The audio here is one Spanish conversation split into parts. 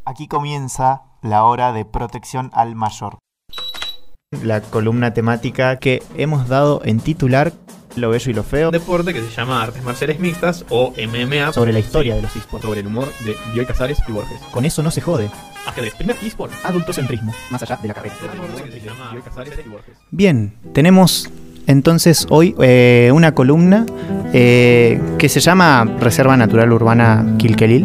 Aquí comienza la hora de protección al mayor. La columna temática que hemos dado en titular Lo Bello y Lo Feo. Un deporte que se llama Artes Marciales Mixtas o MMA. Sobre la historia de los esports. Sobre el humor de Bioy Casares y Borges. Con eso no se jode. Ajedrez, primer eSport. Adultocentrismo, más allá de la carrera. Bien, tenemos entonces hoy una columna que se llama Reserva Natural Urbana Quilquelil.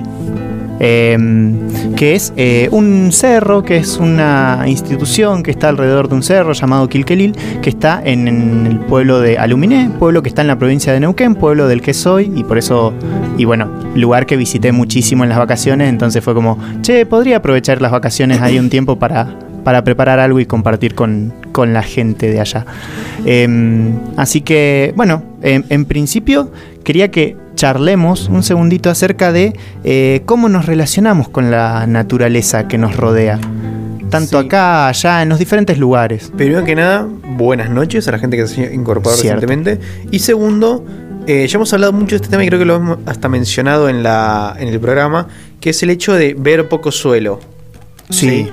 Que es un cerro, que es una institución que está alrededor de un cerro llamado Quilquelil, que está en el pueblo de Aluminé, pueblo que está en la provincia de Neuquén, pueblo del que soy, y por eso, y bueno, lugar que visité muchísimo en las vacaciones, entonces fue como, che, podría aprovechar las vacaciones ahí un tiempo para preparar algo y compartir con la gente de allá. Así que, bueno, en principio quería que charlemos un segundito acerca de cómo nos relacionamos con la naturaleza que nos rodea. Tanto acá, allá, en los diferentes lugares. Primero que nada, buenas noches a la gente que se ha incorporado recientemente. Y segundo, ya hemos hablado mucho de este tema y creo que lo hemos hasta mencionado en el programa, que es el hecho de ver poco suelo. Sí.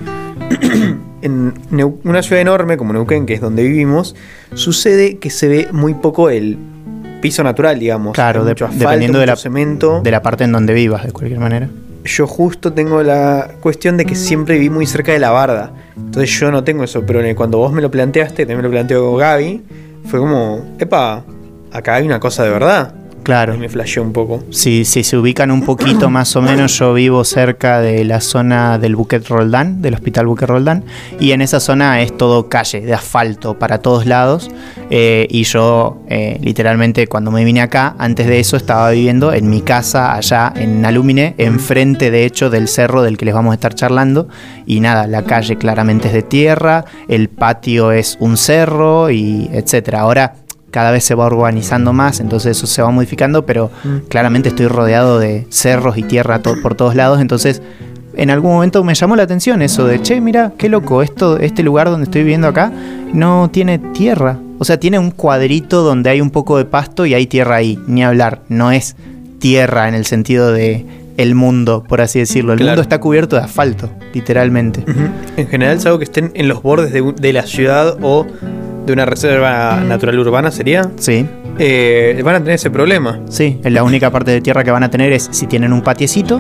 En una ciudad enorme como Neuquén, que es donde vivimos, sucede que se ve muy poco el piso natural, digamos. Claro, mucho asfalto, dependiendo mucho cemento. de la parte en donde vivas, de cualquier manera. Yo justo tengo la cuestión de que siempre viví muy cerca de la barda. Entonces yo no tengo eso, pero cuando vos me lo planteaste, también me lo planteó Gaby, fue como, epa, acá hay una cosa de verdad. Claro. Y me flasheó un poco. Si se ubican un poquito más o menos, yo vivo cerca de la zona del Buquet Roldán, del Hospital Buquet Roldán, y en esa zona es todo calle, de asfalto para todos lados, y yo literalmente cuando me vine acá, antes de eso estaba viviendo en mi casa allá en Aluminé, enfrente de hecho del cerro del que les vamos a estar charlando, y nada, la calle claramente es de tierra, el patio es un cerro, y etcétera. Ahora cada vez se va urbanizando más, entonces eso se va modificando, pero claramente estoy rodeado de cerros y tierra por todos lados, entonces en algún momento me llamó la atención eso de, che, mira, qué loco, este lugar donde estoy viviendo acá no tiene tierra, o sea, tiene un cuadrito donde hay un poco de pasto y hay tierra ahí, ni hablar, no es tierra en el sentido de el mundo, por así decirlo, el mundo está cubierto de asfalto, literalmente. En general es algo que estén en los bordes de la ciudad o de una reserva natural urbana, ¿sería? Sí. Van a tener ese problema. Sí, la única parte de tierra que van a tener es si tienen un patiecito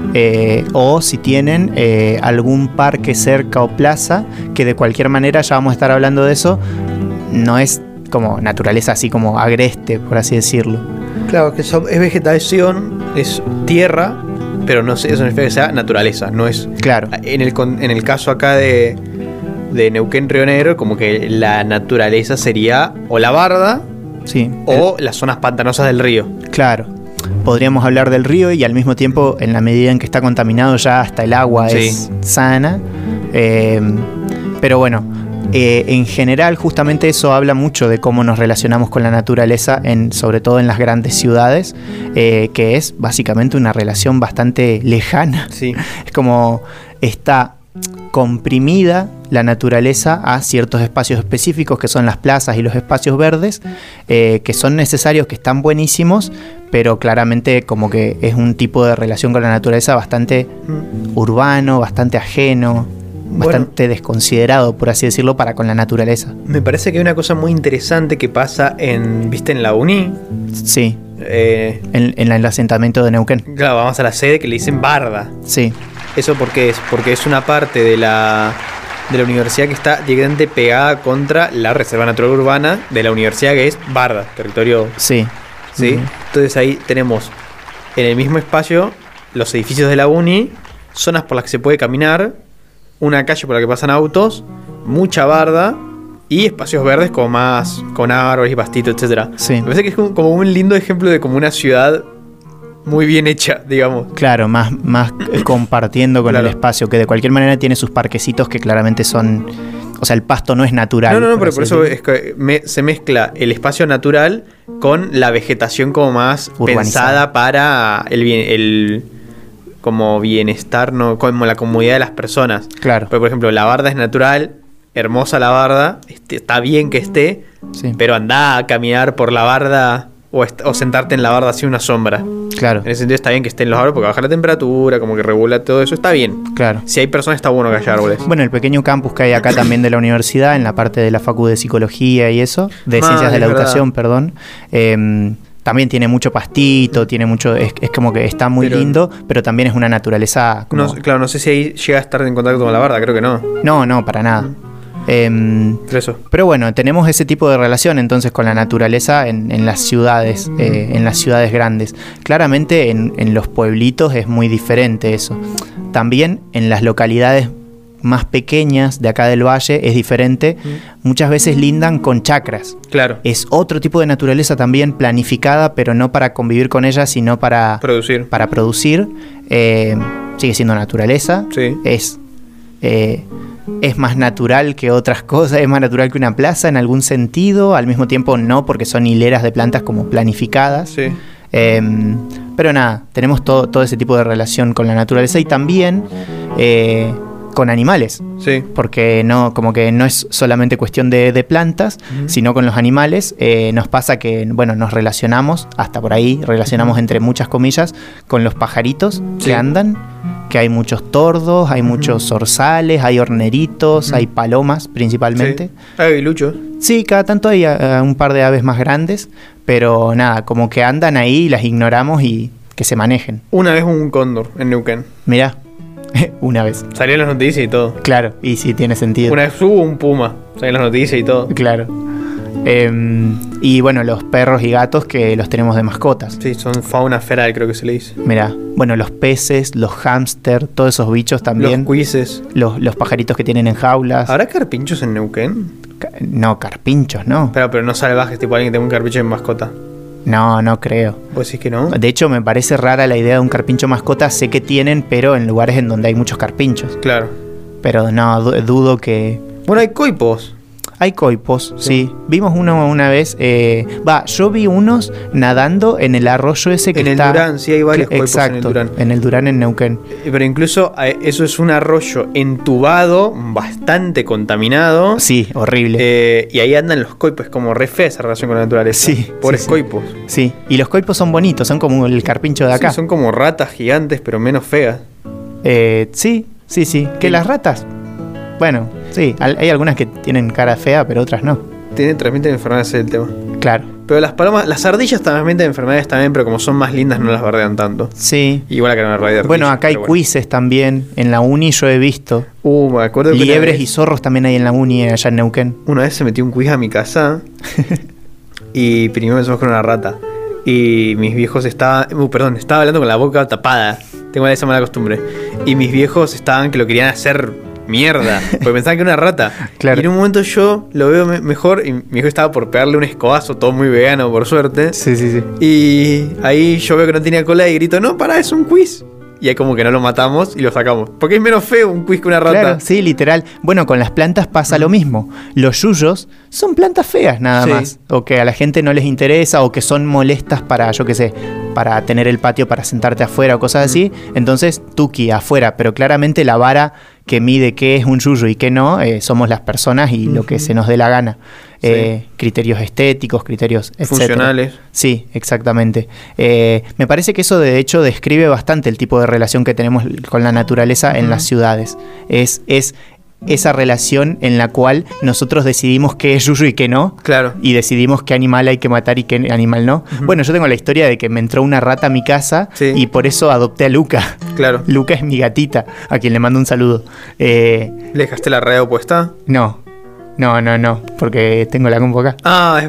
o si tienen algún parque cerca o plaza, que de cualquier manera, ya vamos a estar hablando de eso, no es como naturaleza así como agreste, por así decirlo. Claro, que es vegetación, es tierra, pero no sé, eso no significa que sea naturaleza, no es. Claro. En el caso acá de Neuquén Río Negro, como que la naturaleza sería o la barda, sí, o las zonas pantanosas del río. Claro. Podríamos hablar del río y al mismo tiempo, en la medida en que está contaminado, ya hasta el agua es sana. Pero bueno, en general, justamente eso habla mucho de cómo nos relacionamos con la naturaleza, sobre todo en las grandes ciudades, que es básicamente una relación bastante lejana. Sí. Es como está comprimida la naturaleza a ciertos espacios específicos que son las plazas y los espacios verdes, que son necesarios, que están buenísimos, pero claramente como que es un tipo de relación con la naturaleza bastante urbano, bastante ajeno, bastante desconsiderado, por así decirlo, para con la naturaleza. Me parece que hay una cosa muy interesante que pasa en la uni. Sí, en el asentamiento de Neuquén. Claro, vamos a la sede que le dicen barda. Sí. ¿Eso por qué es? Porque es una parte de la universidad que está directamente pegada contra la Reserva Natural Urbana de la universidad, que es barda, territorio. Sí. ¿Sí? Entonces ahí tenemos en el mismo espacio los edificios de la uni, zonas por las que se puede caminar, una calle por la que pasan autos, mucha barda y espacios verdes como más con árboles y pastitos, etcétera. Sí. Me parece que es como un lindo ejemplo de como una ciudad muy bien hecha, digamos. Claro, más compartiendo con el espacio, que de cualquier manera tiene sus parquecitos que claramente son... O sea, el pasto no es natural. No, pero por eso es que se mezcla el espacio natural con la vegetación como más pensada para el como bienestar, no como la comodidad de las personas. Claro. Porque, por ejemplo, la barda es natural, hermosa la barda, está bien que esté, sí, pero andá a caminar por la barda o sentarte en la barda así una sombra. Claro, En ese sentido está bien que estén los árboles porque baja la temperatura, como que regula todo eso, está bien. claro. Si hay personas está bueno que haya árboles. Bueno, el pequeño campus que hay acá también de la universidad, en la parte de la facu de psicología y eso, de ciencias de la es verdad. educación, perdón, también tiene mucho pastito, tiene mucho, es como que está muy Pero- lindo, pero también es una naturaleza como... Claro, no sé si ahí llega a estar en contacto con la barda, creo que no. No, para nada. Pero eso. Pero bueno, tenemos ese tipo de relación entonces con la naturaleza en las ciudades, en las ciudades grandes. Claramente en los pueblitos es muy diferente eso. También en las localidades más pequeñas de acá del valle es diferente. Muchas veces lindan con chacras. Claro. Es otro tipo de naturaleza también planificada, pero no para convivir con ella, sino para Producir. producir. Sigue siendo naturaleza. Sí. Es más natural que otras cosas, es más natural que una plaza en algún sentido, al mismo tiempo no, porque son hileras de plantas como planificadas. Sí. Pero nada, tenemos todo ese tipo de relación con la naturaleza y también con animales. Sí. Porque no, como que no es solamente cuestión de plantas, sino con los animales. Nos pasa que, bueno, nos relacionamos, hasta por ahí, relacionamos entre muchas comillas, con los pajaritos Sí. que andan, que hay muchos tordos, hay muchos zorzales, hay horneritos, hay palomas principalmente. Sí. Hay aguiluchos. Sí, cada tanto hay un par de aves más grandes, pero nada, como que andan ahí, las ignoramos y que se manejen. Una vez hubo un cóndor en Neuquén. Mirá, una vez. Salió en las noticias y todo. Claro, y sí tiene sentido. Una vez hubo un puma. Salió en las noticias y todo. Claro. Y bueno, los perros y gatos que los tenemos de mascotas. Sí, son fauna feral, creo que se le dice. Mirá, bueno, los peces, los hámster, todos esos bichos también. Los cuises. Los pajaritos que tienen en jaulas. ¿Habrá carpinchos en Neuquén? No, carpinchos, no. Pero no salvajes, tipo alguien que tenga un carpincho en mascota. No creo. ¿Vos decís que no? De hecho, me parece rara la idea de un carpincho mascota. Sé que tienen, pero en lugares en donde hay muchos carpinchos. Claro. Pero no, dudo que... Bueno, hay coipos. Hay coipos, sí. Vimos uno una vez. Yo vi unos nadando en el arroyo ese que En el está... Durán, sí hay varios coipos Exacto, en el Durán. en el Durán, en Neuquén. Pero incluso eso es un arroyo entubado, bastante contaminado. Sí, horrible. Y ahí andan los coipos, es como re fea esa relación con la naturaleza. Sí, Pobres sí. coipos. Sí, y los coipos son bonitos, son como el carpincho de acá. Sí, son como ratas gigantes, pero menos feas. Sí. Que las ratas... Bueno, sí, hay algunas que tienen cara fea, pero otras no. Transmiten enfermedades, ese es el tema. Claro. Pero las palomas, las ardillas transmiten enfermedades también, pero como son más lindas no las bardean tanto. Sí. Igual acá no hay raíz de ardilla, Bueno, acá hay pero bueno. cuises también. En la uni yo he visto. Me acuerdo que una Liebres vez- y zorros también hay en la uni allá en Neuquén. Una vez se metió un cuis a mi casa y primero pensamos que era una rata. Y mis viejos estaban... estaba hablando con la boca tapada. Tengo esa mala costumbre. Y mis viejos estaban que lo querían hacer mierda. Porque pensaban que era una rata. Claro. Y en un momento yo lo veo mejor y mi hijo estaba por pegarle un escobazo, todo muy vegano por suerte. Sí. Y ahí yo veo que no tenía cola y grito, no, pará, es un quiz. Y ahí como que no lo matamos y lo sacamos. Porque es menos feo un quiz que una rata. Claro, sí, literal. Bueno, con las plantas pasa lo mismo. Los yuyos son plantas feas nada Sí. más. O que a la gente no les interesa o que son molestas para, yo qué sé, para tener el patio para sentarte afuera o cosas así. Entonces, tuki, afuera. Pero claramente la vara que mide qué es un yuyo y qué no, somos las personas y lo que se nos dé la gana. Sí. Criterios estéticos, criterios etcétera. Funcionales. Sí, exactamente. Me parece que eso de hecho describe bastante el tipo de relación que tenemos con la naturaleza en las ciudades. Es esa relación en la cual nosotros decidimos qué es yuyu y qué no. Claro. Y decidimos qué animal hay que matar y qué animal no. Bueno, yo tengo la historia de que me entró una rata a mi casa Sí. y por eso adopté a Luca. Claro. Luca es mi gatita, a quien le mando un saludo. ¿Le dejaste la radio puesta? No, porque tengo la compu acá.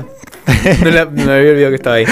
Me había olvidado que estaba ahí.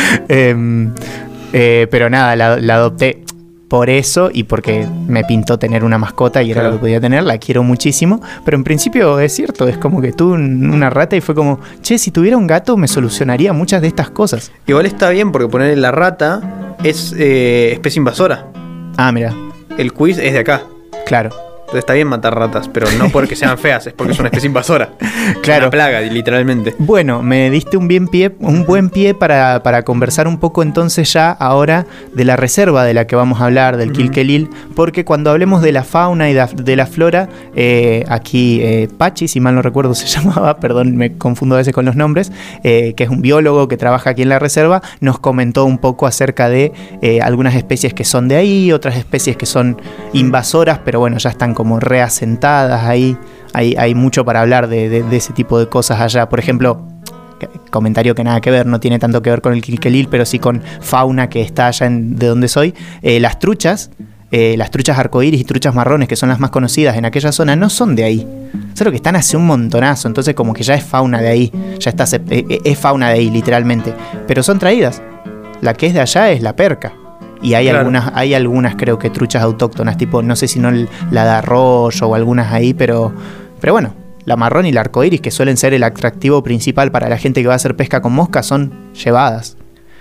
Pero nada, la adopté por eso y porque me pintó tener una mascota y era Claro. lo que podía tener. La quiero muchísimo. Pero en principio es cierto, es como que tuve una rata y fue como, che, si tuviera un gato me solucionaría muchas de estas cosas. Igual está bien porque ponerle la rata es especie invasora. Ah, mira, El quiz es de acá. claro. Entonces está bien matar ratas, pero no porque sean feas, es porque es una especie invasora. Claro. Una plaga, literalmente. Bueno, me diste un buen pie para conversar un poco entonces ya ahora de la reserva de la que vamos a hablar, del Kilkelil, porque cuando hablemos de la fauna y de la flora, aquí Pachi, si mal no recuerdo se llamaba, perdón, me confundo a veces con los nombres, que es un biólogo que trabaja aquí en la reserva, nos comentó un poco acerca de algunas especies que son de ahí, otras especies que son invasoras, pero bueno, ya están como reasentadas ahí. Hay mucho para hablar de ese tipo de cosas allá. Por ejemplo, comentario que nada que ver, no tiene tanto que ver con el Kilkelil, pero sí con fauna que está allá de donde soy. Las truchas arcoíris y truchas marrones, que son las más conocidas en aquella zona, no son de ahí. Solo que están hace un montonazo, entonces como que ya es fauna de ahí, ya está, es fauna de ahí literalmente. Pero son traídas. La que es de allá es la perca. Y hay algunas creo que truchas autóctonas, tipo, no sé si no la de arroyo o algunas ahí, pero bueno, la marrón y la arcoíris, que suelen ser el atractivo principal para la gente que va a hacer pesca con mosca, son llevadas.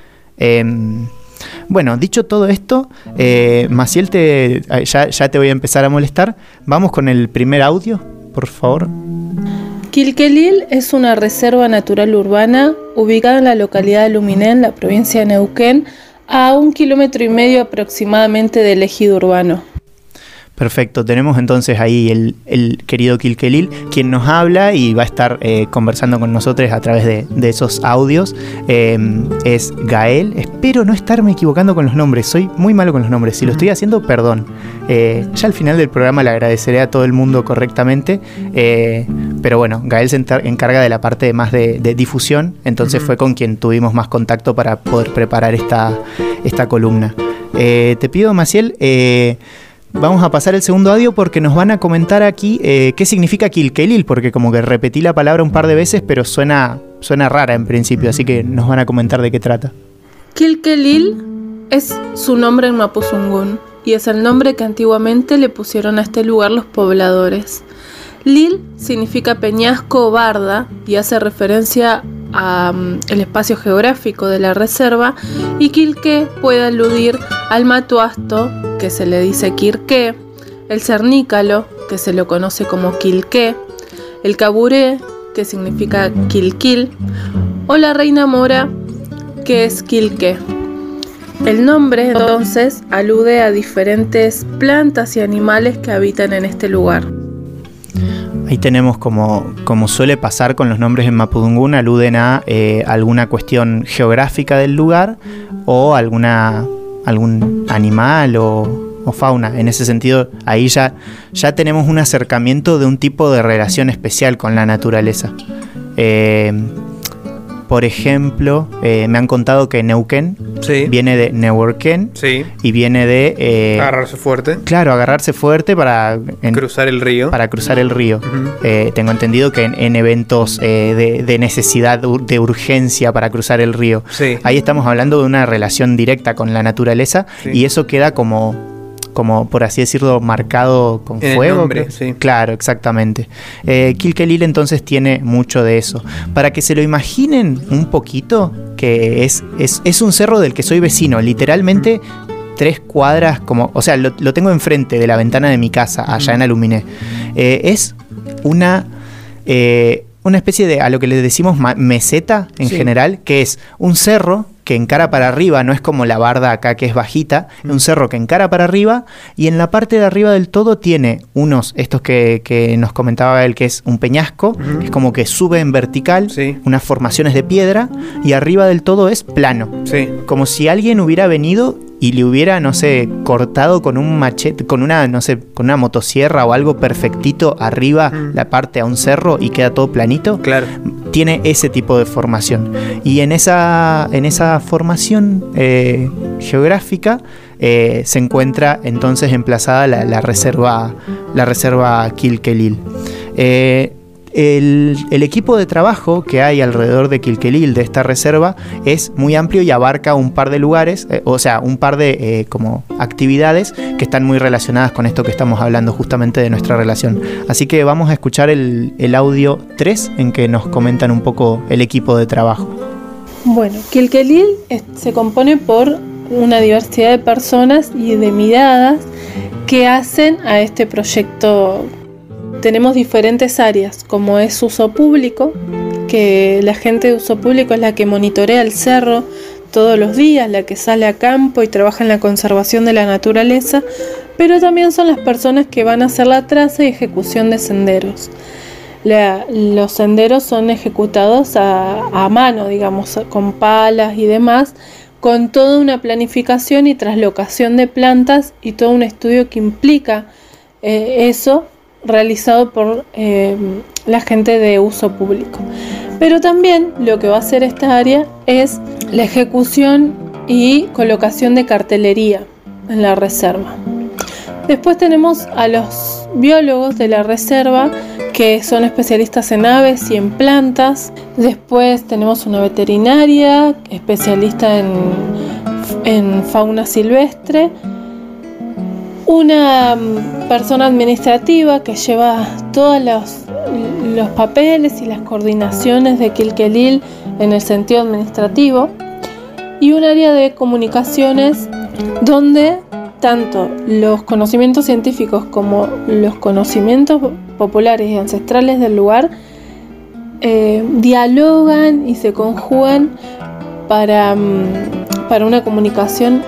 Bueno, dicho todo esto, Maciel, ya te voy a empezar a molestar. Vamos con el primer audio, por favor. Kilkelil es una reserva natural urbana ubicada en la localidad de Luminé, en la provincia de Neuquén, a 1,5 kilómetros aproximadamente del ejido urbano. Perfecto, tenemos entonces ahí el querido Kilkelil, quien nos habla y va a estar conversando con nosotros a través de esos audios. Es Gael, espero no estarme equivocando con los nombres, soy muy malo con los nombres, si lo estoy haciendo, perdón. Ya al final del programa le agradeceré a todo el mundo correctamente, pero bueno, Gael se encarga de la parte más de difusión, entonces fue con quien tuvimos más contacto para poder preparar esta columna. Te pido, Maciel, vamos a pasar el segundo audio porque nos van a comentar aquí qué significa Kilkelil, porque como que repetí la palabra un par de veces, pero suena rara en principio, así que nos van a comentar de qué trata. Kilkelil es su nombre en mapuzungún y es el nombre que antiguamente le pusieron a este lugar los pobladores. Lil significa peñasco o barda y hace referencia el espacio geográfico de la reserva, y Quilqué puede aludir al matuasto, que se le dice quirqué, el cernícalo, que se lo conoce como quilqué, el caburé, que significa quilquil, o la reina mora, que es quilqué. El nombre entonces alude a diferentes plantas y animales que habitan en este lugar. Ahí tenemos, como suele pasar con los nombres en mapudungún, aluden a alguna cuestión geográfica del lugar o algún animal o fauna. En ese sentido, ahí ya tenemos un acercamiento de un tipo de relación especial con la naturaleza. Por ejemplo, me han contado que Neuquén viene de Neuquén y viene de... agarrarse fuerte. Claro, agarrarse fuerte para... cruzar el río. Para cruzar el río. Tengo entendido que en eventos de necesidad, de urgencia para cruzar el río. Ahí estamos hablando de una relación directa con la naturaleza y eso queda como por así decirlo, marcado con fuego. El nombre, claro, exactamente. Kilkelil entonces tiene mucho de eso. Para que se lo imaginen un poquito, que es un cerro del que soy vecino, literalmente 3 cuadras, o sea, lo tengo enfrente de la ventana de mi casa, allá en Aluminé. Es una especie de, a lo que le decimos meseta en general, que es un cerro que encara para arriba, no es como la barda acá que es bajita, un cerro que encara para arriba y en la parte de arriba del todo tiene estos que nos comentaba él, que es un peñasco, que es como que sube en vertical, unas formaciones de piedra y arriba del todo es plano, como si alguien hubiera venido y le hubiera, no sé, cortado con un machete, con una motosierra o algo perfectito arriba la parte a un cerro y queda todo planito. Claro. Tiene ese tipo de formación. Y en esa formación geográfica se encuentra entonces emplazada la reserva Kilkelil. El equipo de trabajo que hay alrededor de Kilkelil, de esta reserva, es muy amplio y abarca un par de lugares, un par de como actividades que están muy relacionadas con esto que estamos hablando justamente de nuestra relación. Así que vamos a escuchar el audio 3 en que nos comentan un poco el equipo de trabajo. Bueno, Kilkelil se compone por una diversidad de personas y de miradas que hacen a este proyecto. Tenemos diferentes áreas, como es uso público, que la gente de uso público es la que monitorea el cerro todos los días, la que sale a campo y trabaja en la conservación de la naturaleza, pero también son las personas que van a hacer la traza y ejecución de senderos. Los senderos son ejecutados a mano, digamos, con palas y demás, con toda una planificación y traslocación de plantas y todo un estudio que implica eso, realizado por la gente de uso público. Pero también lo que va a hacer esta área es la ejecución y colocación de cartelería en la reserva. Después tenemos a los biólogos de la reserva, que son especialistas en aves y en plantas. Después tenemos una veterinaria, especialista en fauna silvestre. Una persona administrativa que lleva todos los papeles y las coordinaciones de Kilquelil en el sentido administrativo. Y un área de comunicaciones donde tanto los conocimientos científicos como los conocimientos populares y ancestrales del lugar dialogan y se conjugan para una comunicación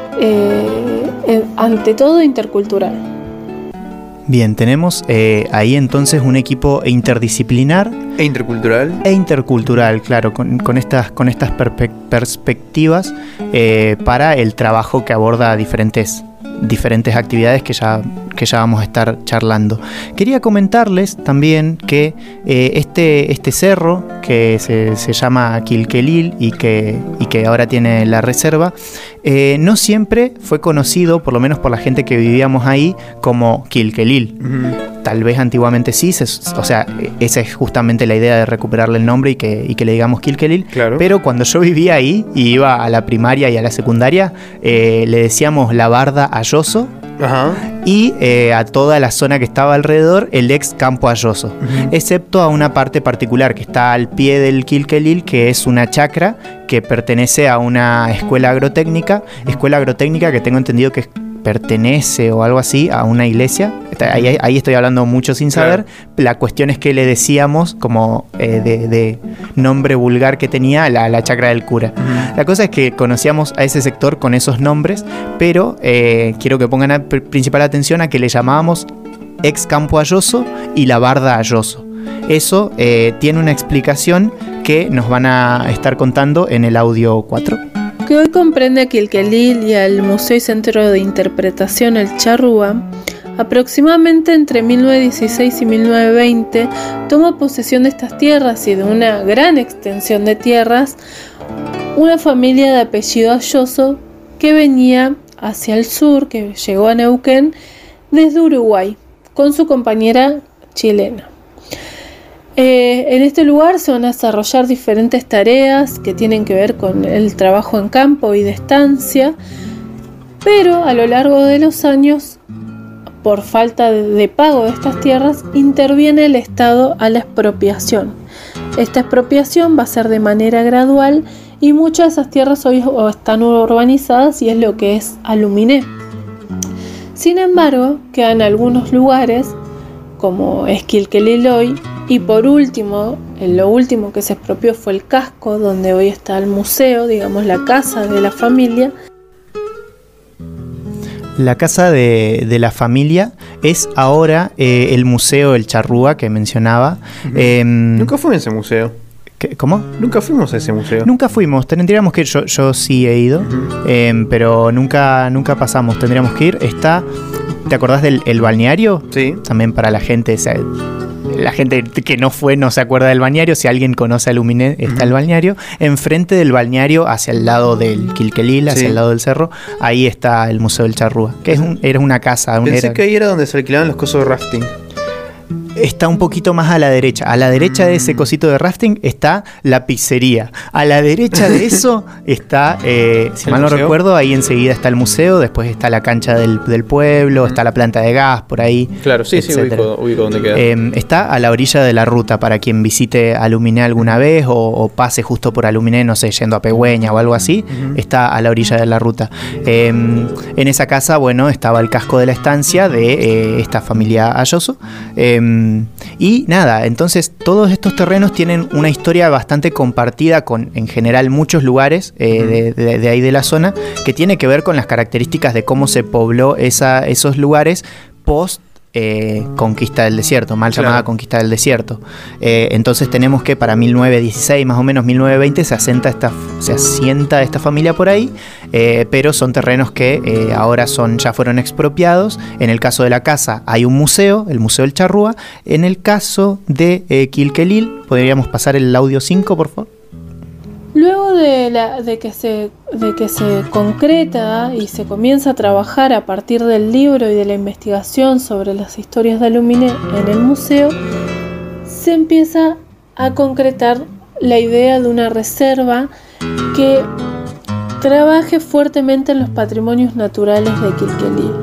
ante todo intercultural. Bien, tenemos ahí entonces un equipo interdisciplinar E intercultural. e intercultural, claro, con estas perspectivas para el trabajo que aborda diferentes actividades que ya vamos a estar charlando. Quería comentarles también que este cerro que se llama Kilquelil y que ahora tiene la reserva, no siempre fue conocido, por lo menos por la gente que vivíamos ahí, como Kilquelil. Tal vez antiguamente sí, o sea, esa es justamente la idea de recuperarle el nombre y que le digamos Kilquelil. Claro. Pero cuando yo vivía ahí y iba a la primaria y a la secundaria, le decíamos la Barda Ayoso. Ajá. Y a toda la zona que estaba alrededor, el ex Campo Ayoso, excepto a una parte particular que está al pie del Kilquelil, que es una chacra que pertenece a una escuela agrotécnica que tengo entendido que pertenece o algo así a una iglesia. Ahí estoy hablando mucho sin saber. Claro. La cuestión es que le decíamos como de nombre vulgar que tenía la chacra del cura. La cosa es que conocíamos a ese sector con esos nombres, pero quiero que pongan principal atención a que le llamábamos ex Campo Ayoso y la Barda Ayoso. Eso tiene una explicación que nos van a estar contando en el audio 4. Que hoy comprende a Kilquelil y al Museo y Centro de Interpretación El Charrúa, aproximadamente entre 1916 y 1920 tomó posesión de estas tierras y de una gran extensión de tierras una familia de apellido Ayoso que venía hacia el sur, que llegó a Neuquén desde Uruguay con su compañera chilena. En este lugar se van a desarrollar diferentes tareas que tienen que ver con el trabajo en campo y de estancia, pero a lo largo de los años, por falta de pago de estas tierras, interviene el Estado a la expropiación. Esta expropiación va a ser de manera gradual y muchas de esas tierras hoy están urbanizadas y es lo que es Aluminé. Sin embargo, quedan algunos lugares como Kilquelil hoy. Y por último, lo último que se expropió fue el casco, donde hoy está el museo, digamos la casa de la familia. La casa de la familia es ahora el Museo El Charrúa que mencionaba. Nunca fui a ese museo. ¿Cómo? Nunca fuimos a ese museo. Nunca fuimos, tendríamos que ir, yo sí he ido, pero nunca pasamos, tendríamos que ir. ¿Te acordás del balneario? Sí. También para la gente, la gente que no fue no se acuerda del balneario. Si alguien conoce Aluminé, está el balneario. Enfrente del balneario, hacia el lado del Kilquelil, hacia el lado del cerro, ahí está el Museo del Charrúa, que era una casa. Pensé que ahí era donde se alquilaban los cosos de rafting. Está un poquito más a la derecha. A la derecha de ese cosito de rafting está la pizzería. A la derecha de eso está, si mal no recuerdo, ahí enseguida está el museo, después está la cancha del pueblo, está la planta de gas por ahí. Claro, sí, ubico dónde queda. Está a la orilla de la ruta para quien visite Aluminé alguna vez o pase justo por Aluminé, no sé, yendo a Pegüeña o algo así. Está a la orilla de la ruta. En esa casa, bueno, estaba el casco de la estancia de esta familia Ayoso. Y nada, entonces todos estos terrenos tienen una historia bastante compartida con, en general, muchos lugares de ahí de la zona, que tiene que ver con las características de cómo se pobló esos lugares post conquista del desierto, mal llamada conquista del desierto. Entonces tenemos que para 1916, más o menos 1920, se asienta esta familia por ahí, pero son terrenos que ahora ya fueron expropiados. En el caso de la casa hay un museo, el Museo del Charrúa. En el caso de Quilquelil, podríamos pasar el audio 5, por favor. Luego de que se concreta y se comienza a trabajar a partir del libro y de la investigación sobre las historias de Aluminé en el museo, se empieza a concretar la idea de una reserva que trabaje fuertemente en los patrimonios naturales de Quilquelil.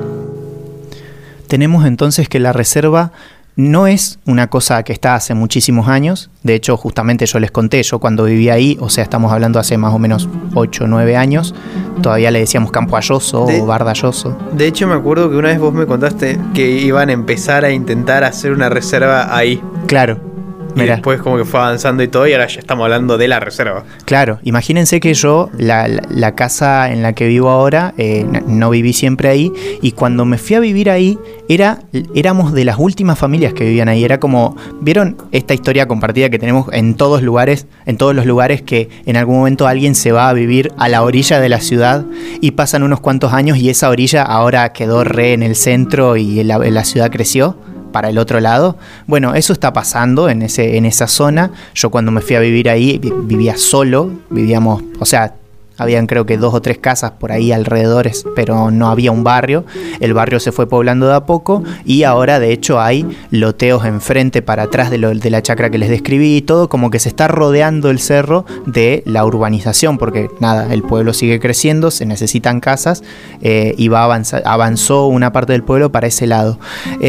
Tenemos entonces que la reserva no es una cosa que está hace muchísimos años. De hecho, justamente yo les conté, yo cuando vivía ahí, o sea, estamos hablando hace más o menos 8 o 9 años, todavía le decíamos Campo Ayoso o Barda Ayoso. De hecho, me acuerdo que una vez vos me contaste que iban a empezar a intentar hacer una reserva ahí. Claro. Y después como que fue avanzando y todo, y ahora ya estamos hablando de la reserva. Claro, imagínense que yo, la casa en la que vivo ahora, no viví siempre ahí, y cuando me fui a vivir ahí, éramos de las últimas familias que vivían ahí. Era como, ¿vieron esta historia compartida que tenemos en todos los lugares que en algún momento alguien se va a vivir a la orilla de la ciudad y pasan unos cuantos años y esa orilla ahora quedó re en el centro y la ciudad creció para el otro lado? Bueno, eso está pasando en esa zona. Yo cuando me fui a vivir ahí vivía solo, vivíamos, o sea, habían creo que 2 o 3 casas por ahí alrededores, pero no había un barrio. El barrio se fue poblando de a poco y ahora de hecho hay loteos enfrente para atrás de la chacra que les describí y todo, como que se está rodeando el cerro de la urbanización, porque nada, el pueblo sigue creciendo, se necesitan casas y avanzó una parte del pueblo para ese lado.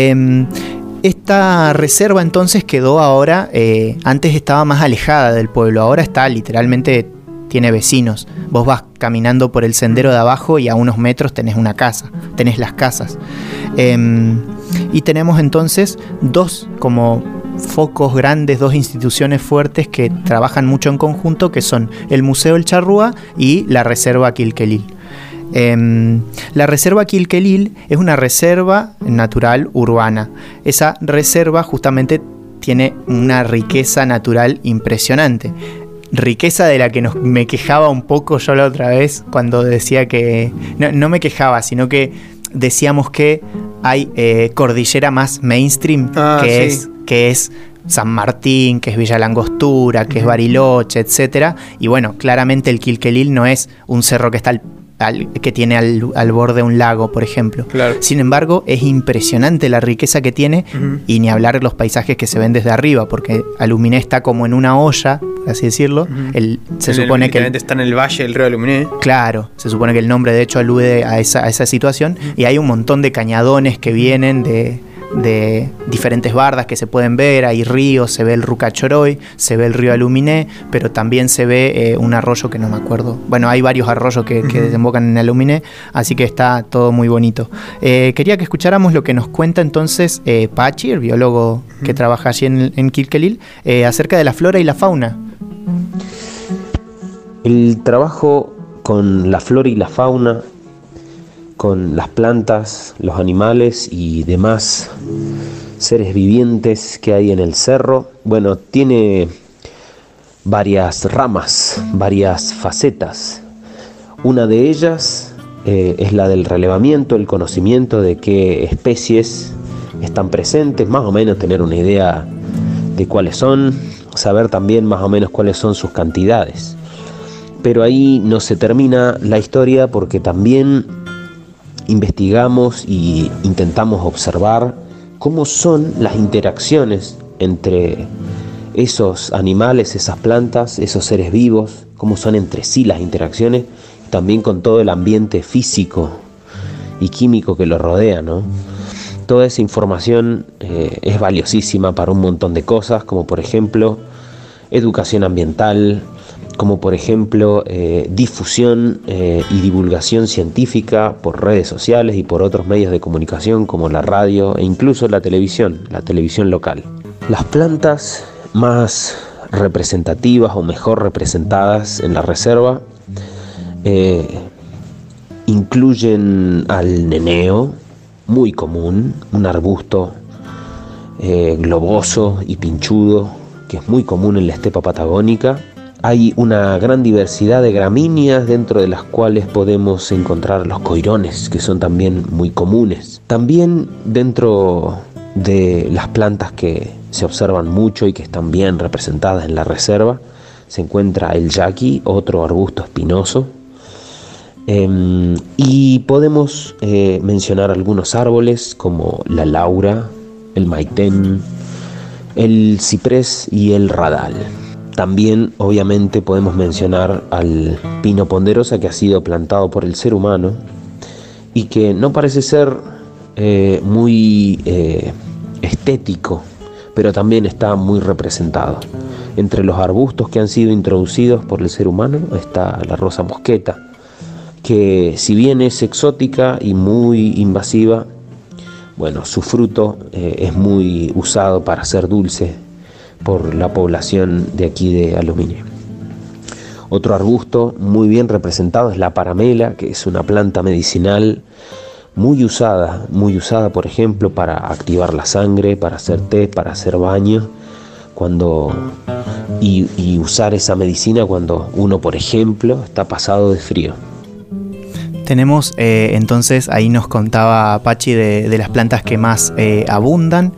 Esta reserva entonces quedó ahora, antes estaba más alejada del pueblo, ahora está literalmente, tiene vecinos. Vos vas caminando por el sendero de abajo y a unos metros tenés una casa, tenés las casas. Y tenemos entonces 2 como focos grandes, 2 instituciones fuertes que trabajan mucho en conjunto, que son el Museo del Charrúa y la Reserva Quilquelil. La reserva Quilquelil es una reserva natural urbana. Esa reserva justamente tiene una riqueza natural impresionante. Riqueza de la que me quejaba un poco yo la otra vez cuando decía que... No me quejaba, sino que decíamos que hay cordillera más mainstream, que es San Martín, que es Villa Langostura, que es Bariloche, etcétera. Y bueno, claramente el Quilquelil no es un cerro que está que tiene al borde de un lago, por ejemplo. Claro. Sin embargo, es impresionante la riqueza que tiene, y ni hablar de los paisajes que se ven desde arriba, porque Aluminé está como en una olla, por así decirlo. Se supone que está en el valle del río Aluminé. Claro, se supone que el nombre de hecho alude a esa situación, y hay un montón de cañadones que vienen de diferentes bardas que se pueden ver. Hay ríos, se ve el Rucachoroy, se ve el río Aluminé, pero también se ve un arroyo que no me acuerdo. Bueno, hay varios arroyos que desembocan en Aluminé, así que está todo muy bonito. Quería que escucháramos lo que nos cuenta entonces Pachi, el biólogo que trabaja allí en Quilquelil, acerca de la flora y la fauna. El trabajo con la flora y la fauna, con las plantas, los animales y demás seres vivientes que hay en el cerro, bueno, tiene varias ramas, varias facetas. Una de ellas es la del relevamiento, el conocimiento de qué especies están presentes, más o menos tener una idea de cuáles son, saber también más o menos cuáles son sus cantidades. Pero ahí no se termina la historia, porque también investigamos y intentamos observar cómo son las interacciones entre esos animales, esas plantas, esos seres vivos, cómo son entre sí las interacciones, también con todo el ambiente físico y químico que lo rodea, ¿no? Toda esa información es valiosísima para un montón de cosas, como por ejemplo educación ambiental, como por ejemplo difusión y divulgación científica por redes sociales y por otros medios de comunicación como la radio e incluso la televisión local. Las plantas más representativas o mejor representadas en la reserva incluyen al neneo, muy común, un arbusto globoso y pinchudo que es muy común en la estepa patagónica. Hay una gran diversidad de gramíneas, dentro de las cuales podemos encontrar los coirones, que son también muy comunes. También dentro de las plantas que se observan mucho y que están bien representadas en la reserva, se encuentra el yaqui, otro arbusto espinoso. Y podemos mencionar algunos árboles como la laura, el maitén, el ciprés y el radal. También obviamente podemos mencionar al pino ponderosa, que ha sido plantado por el ser humano y que no parece ser muy estético, pero también está muy representado. Entre los arbustos que han sido introducidos por el ser humano está la rosa mosqueta, que si bien es exótica y muy invasiva, bueno, su fruto es muy usado para hacer dulce por la población de aquí de Aluminie. Otro arbusto muy bien representado es la paramela, que es una planta medicinal muy usada por ejemplo para activar la sangre, para hacer té, para hacer baño, y usar esa medicina cuando uno, por ejemplo, está pasado de frío. Tenemos entonces, ahí nos contaba Pachi de las plantas que más abundan.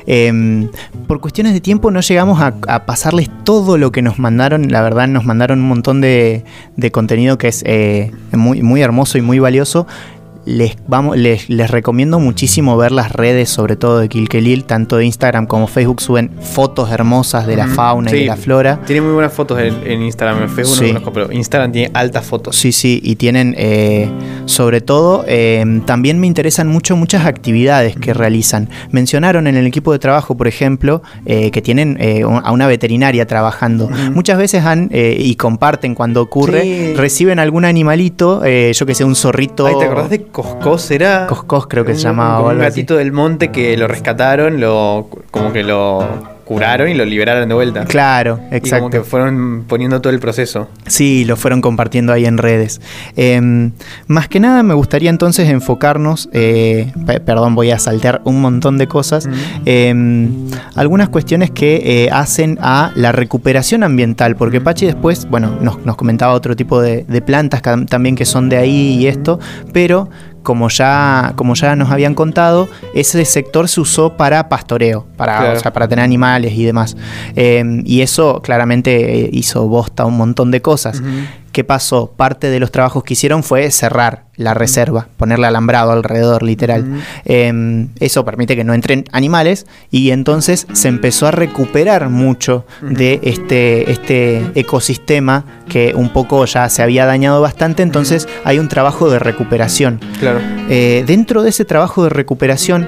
Por cuestiones de tiempo no llegamos a pasarles todo lo que nos mandaron. La verdad nos mandaron un montón de contenido que es muy, muy hermoso y muy valioso. Les recomiendo muchísimo ver las redes, sobre todo de Quilquelil, tanto de Instagram como Facebook. Suben fotos hermosas de la fauna y de la flora. Tiene muy buenas fotos en Instagram. En Facebook no conozco, pero Instagram tiene altas fotos. Sí, y tienen sobre todo también me interesan muchas actividades que realizan. Mencionaron en el equipo de trabajo, por ejemplo, que tienen a una veterinaria trabajando. Muchas veces y comparten cuando ocurre, reciben algún animalito, yo que sé, un zorrito. Ay, ¿te acordás de Coscos? Era Coscos, creo que se llamaba. Como un gatito del monte que lo rescataron, como que lo curaron y lo liberaron de vuelta. Claro, exacto. Y como que fueron poniendo todo el proceso. Sí, lo fueron compartiendo ahí en redes. Más que nada me gustaría entonces enfocarnos, perdón, voy a saltear un montón de cosas, algunas cuestiones que hacen a la recuperación ambiental, porque Pachi después, bueno, nos comentaba otro tipo de plantas también que son de ahí y esto, pero como ya nos habían contado, ese sector se usó para pastoreo, claro. O sea, para tener animales y demás. Y eso claramente hizo bosta un montón de cosas. ¿Qué pasó? Parte de los trabajos que hicieron fue cerrar la reserva, ponerle alambrado alrededor, literal. Eso permite que no entren animales y entonces se empezó a recuperar mucho de este ecosistema que un poco ya se había dañado bastante, entonces hay un trabajo de recuperación. Claro. Dentro de ese trabajo de recuperación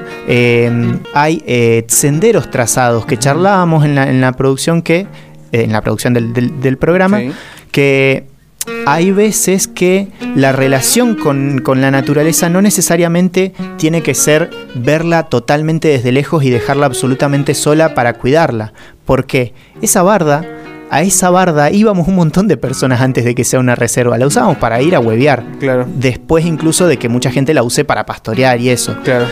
hay senderos trazados que charlábamos en la producción del programa, sí. Que hay veces que la relación con la naturaleza no necesariamente tiene que ser verla totalmente desde lejos y dejarla absolutamente sola para cuidarla. Porque a esa barda íbamos un montón de personas antes de que sea una reserva. La usábamos para ir a huevear. Claro. Después incluso de que mucha gente la use para pastorear y eso. Claro.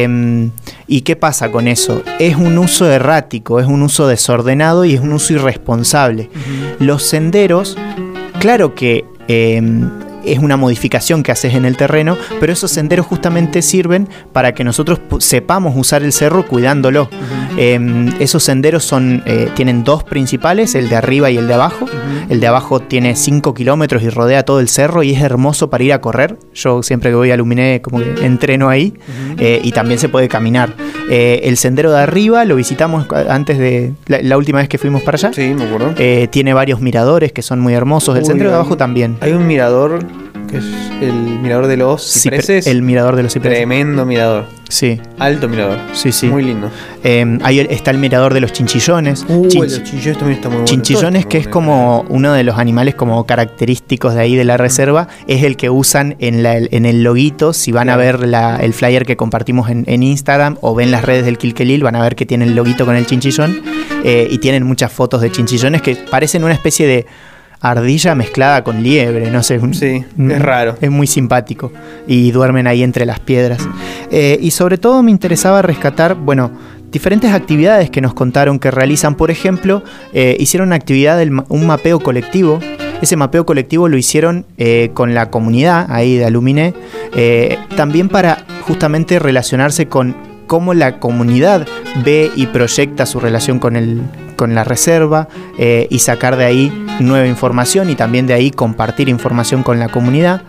¿Y qué pasa con eso? Es un uso errático, es un uso desordenado y es un uso irresponsable. Los senderos, claro que es una modificación que haces en el terreno, pero esos senderos justamente sirven para que nosotros sepamos usar el cerro cuidándolo. Esos senderos tienen dos principales, el de arriba y el de abajo. El de abajo tiene 5 kilómetros y rodea todo el cerro y es hermoso para ir a correr. Yo siempre que voy a Luminé como que entreno ahí. Y también se puede caminar. El sendero de arriba lo visitamos antes de la última vez que fuimos para allá. Sí, me acuerdo. Tiene varios miradores que son muy hermosos. El sendero de abajo también. Hay un mirador que es el mirador de los cipreses. El mirador de los cipreses. Tremendo mirador. Sí. Alto mirador. Sí, sí. Muy lindo. Ahí está el mirador de los chinchillones. El de los chinchillones también está muy bueno. Chinchillones, que es como uno de los animales como característicos de ahí de la reserva, es el que usan en el loguito. Si van a ver el flyer que compartimos en Instagram o ven las redes del Kilkelil, van a ver que tiene el loguito con el chinchillón. Y tienen muchas fotos de chinchillones que parecen una especie de ardilla mezclada con liebre, no sé. Sí, es raro. Es muy simpático. Y duermen ahí entre las piedras. Y sobre todo me interesaba rescatar, diferentes actividades que nos contaron que realizan. Por ejemplo, hicieron una actividad, un mapeo colectivo. Ese mapeo colectivo lo hicieron con la comunidad ahí de Aluminé. También para justamente relacionarse con cómo la comunidad ve y proyecta su relación con la reserva y sacar de ahí nueva información y también de ahí compartir información con la comunidad.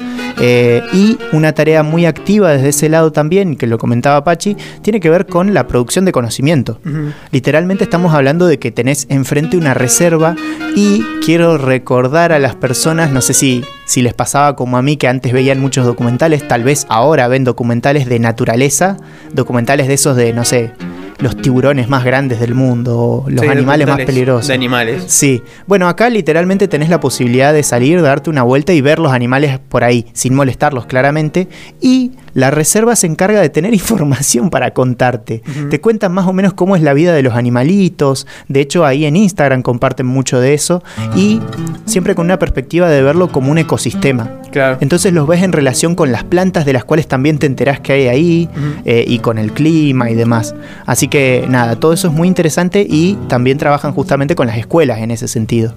Y una tarea muy activa desde ese lado también, que lo comentaba Pachi, tiene que ver con la producción de conocimiento. Literalmente estamos hablando de que tenés enfrente una reserva y quiero recordar a las personas, no sé si les pasaba como a mí, que antes veían muchos documentales, tal vez ahora ven documentales de naturaleza, documentales de esos de, no sé, los tiburones más grandes del mundo, los animales más peligrosos. De animales. Sí. Bueno, acá literalmente tenés la posibilidad de salir, darte una vuelta y ver los animales por ahí, sin molestarlos claramente. Y la reserva se encarga de tener información para contarte. Te cuentan más o menos cómo es la vida de los animalitos. De hecho, ahí en Instagram comparten mucho de eso. Y siempre con una perspectiva de verlo como un ecosistema. Claro. Entonces los ves en relación con las plantas, de las cuales también te enterás que hay ahí, y con el clima y demás. Así que nada, todo eso es muy interesante y también trabajan justamente con las escuelas en ese sentido.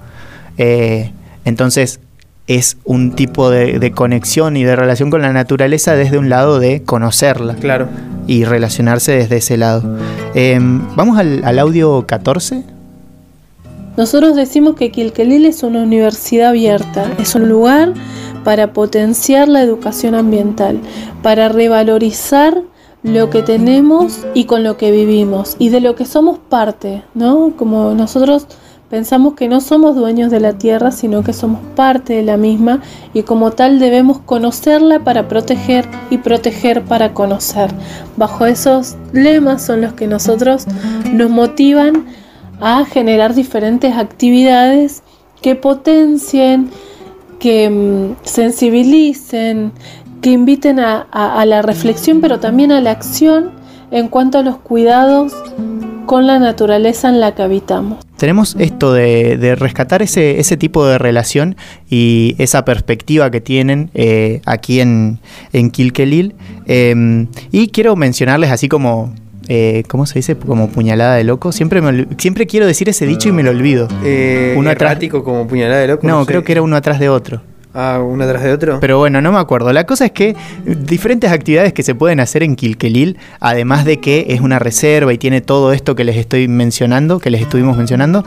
Entonces es un tipo de conexión y de relación con la naturaleza desde un lado de conocerla. Claro. Y relacionarse desde ese lado. Vamos al audio 14. Nosotros decimos que Kilkelil es una universidad abierta, es un lugar para potenciar la educación ambiental, para revalorizar lo que tenemos y con lo que vivimos y de lo que somos parte, ¿no? Como nosotros pensamos que no somos dueños de la tierra, sino que somos parte de la misma y como tal debemos conocerla para proteger y proteger para conocer. Bajo esos lemas son los que nosotros nos motivan a generar diferentes actividades que potencien, que sensibilicen, que inviten a la reflexión, pero también a la acción en cuanto a los cuidados con la naturaleza en la que habitamos. Tenemos esto de rescatar ese tipo de relación y esa perspectiva que tienen aquí en Kilkelil. Y quiero mencionarles así como... ¿cómo se dice? Como puñalada de loco. Siempre quiero decir ese dicho y me lo olvido. Uno errático atrás... como puñalada de loco. No, sé. Creo que era uno atrás de otro. Ah, ¿uno atrás de otro? Pero bueno, no me acuerdo. La cosa es que diferentes actividades que se pueden hacer en Kilkelil, además de que es una reserva y tiene todo esto que les estoy mencionando, que les estuvimos mencionando,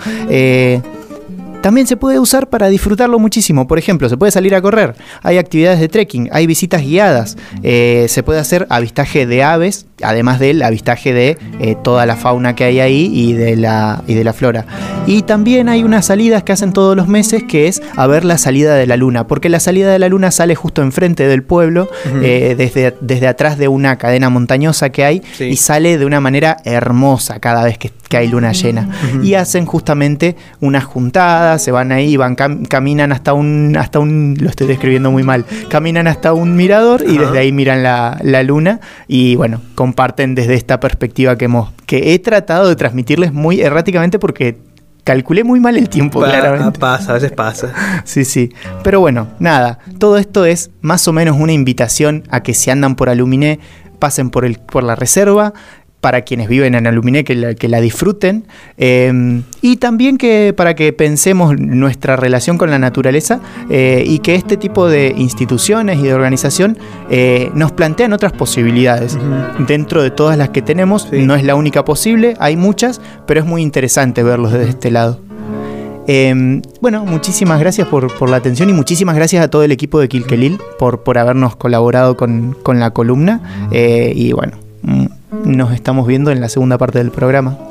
también se puede usar para disfrutarlo muchísimo. Por ejemplo, se puede salir a correr, hay actividades de trekking, hay visitas guiadas, se puede hacer avistaje de aves, además del avistaje de toda la fauna que hay ahí y de la flora. Y también hay unas salidas que hacen todos los meses, que es a ver la salida de la luna, porque la salida de la luna sale justo enfrente del pueblo, desde atrás de una cadena montañosa que hay, sí. Y sale de una manera hermosa cada vez que hay luna llena. Y hacen justamente unas juntadas, se van ahí, caminan hasta un, lo estoy describiendo muy mal, caminan hasta un mirador y desde ahí miran la luna y bueno, comparten desde esta perspectiva que he tratado de transmitirles muy erráticamente porque calculé muy mal el tiempo, claramente. A veces pasa. Sí. Pero bueno, nada, todo esto es más o menos una invitación a que si andan por Aluminé, pasen por la reserva, para quienes viven en Aluminé que la disfruten, y también para que pensemos nuestra relación con la naturaleza, y que este tipo de instituciones y de organización nos plantean otras posibilidades. Dentro de todas las que tenemos, no es la única posible, hay muchas, pero es muy interesante verlos desde este lado. Bueno, muchísimas gracias por la atención y muchísimas gracias a todo el equipo de Quilquelil por habernos colaborado con la columna, y bueno, nos estamos viendo en la segunda parte del programa.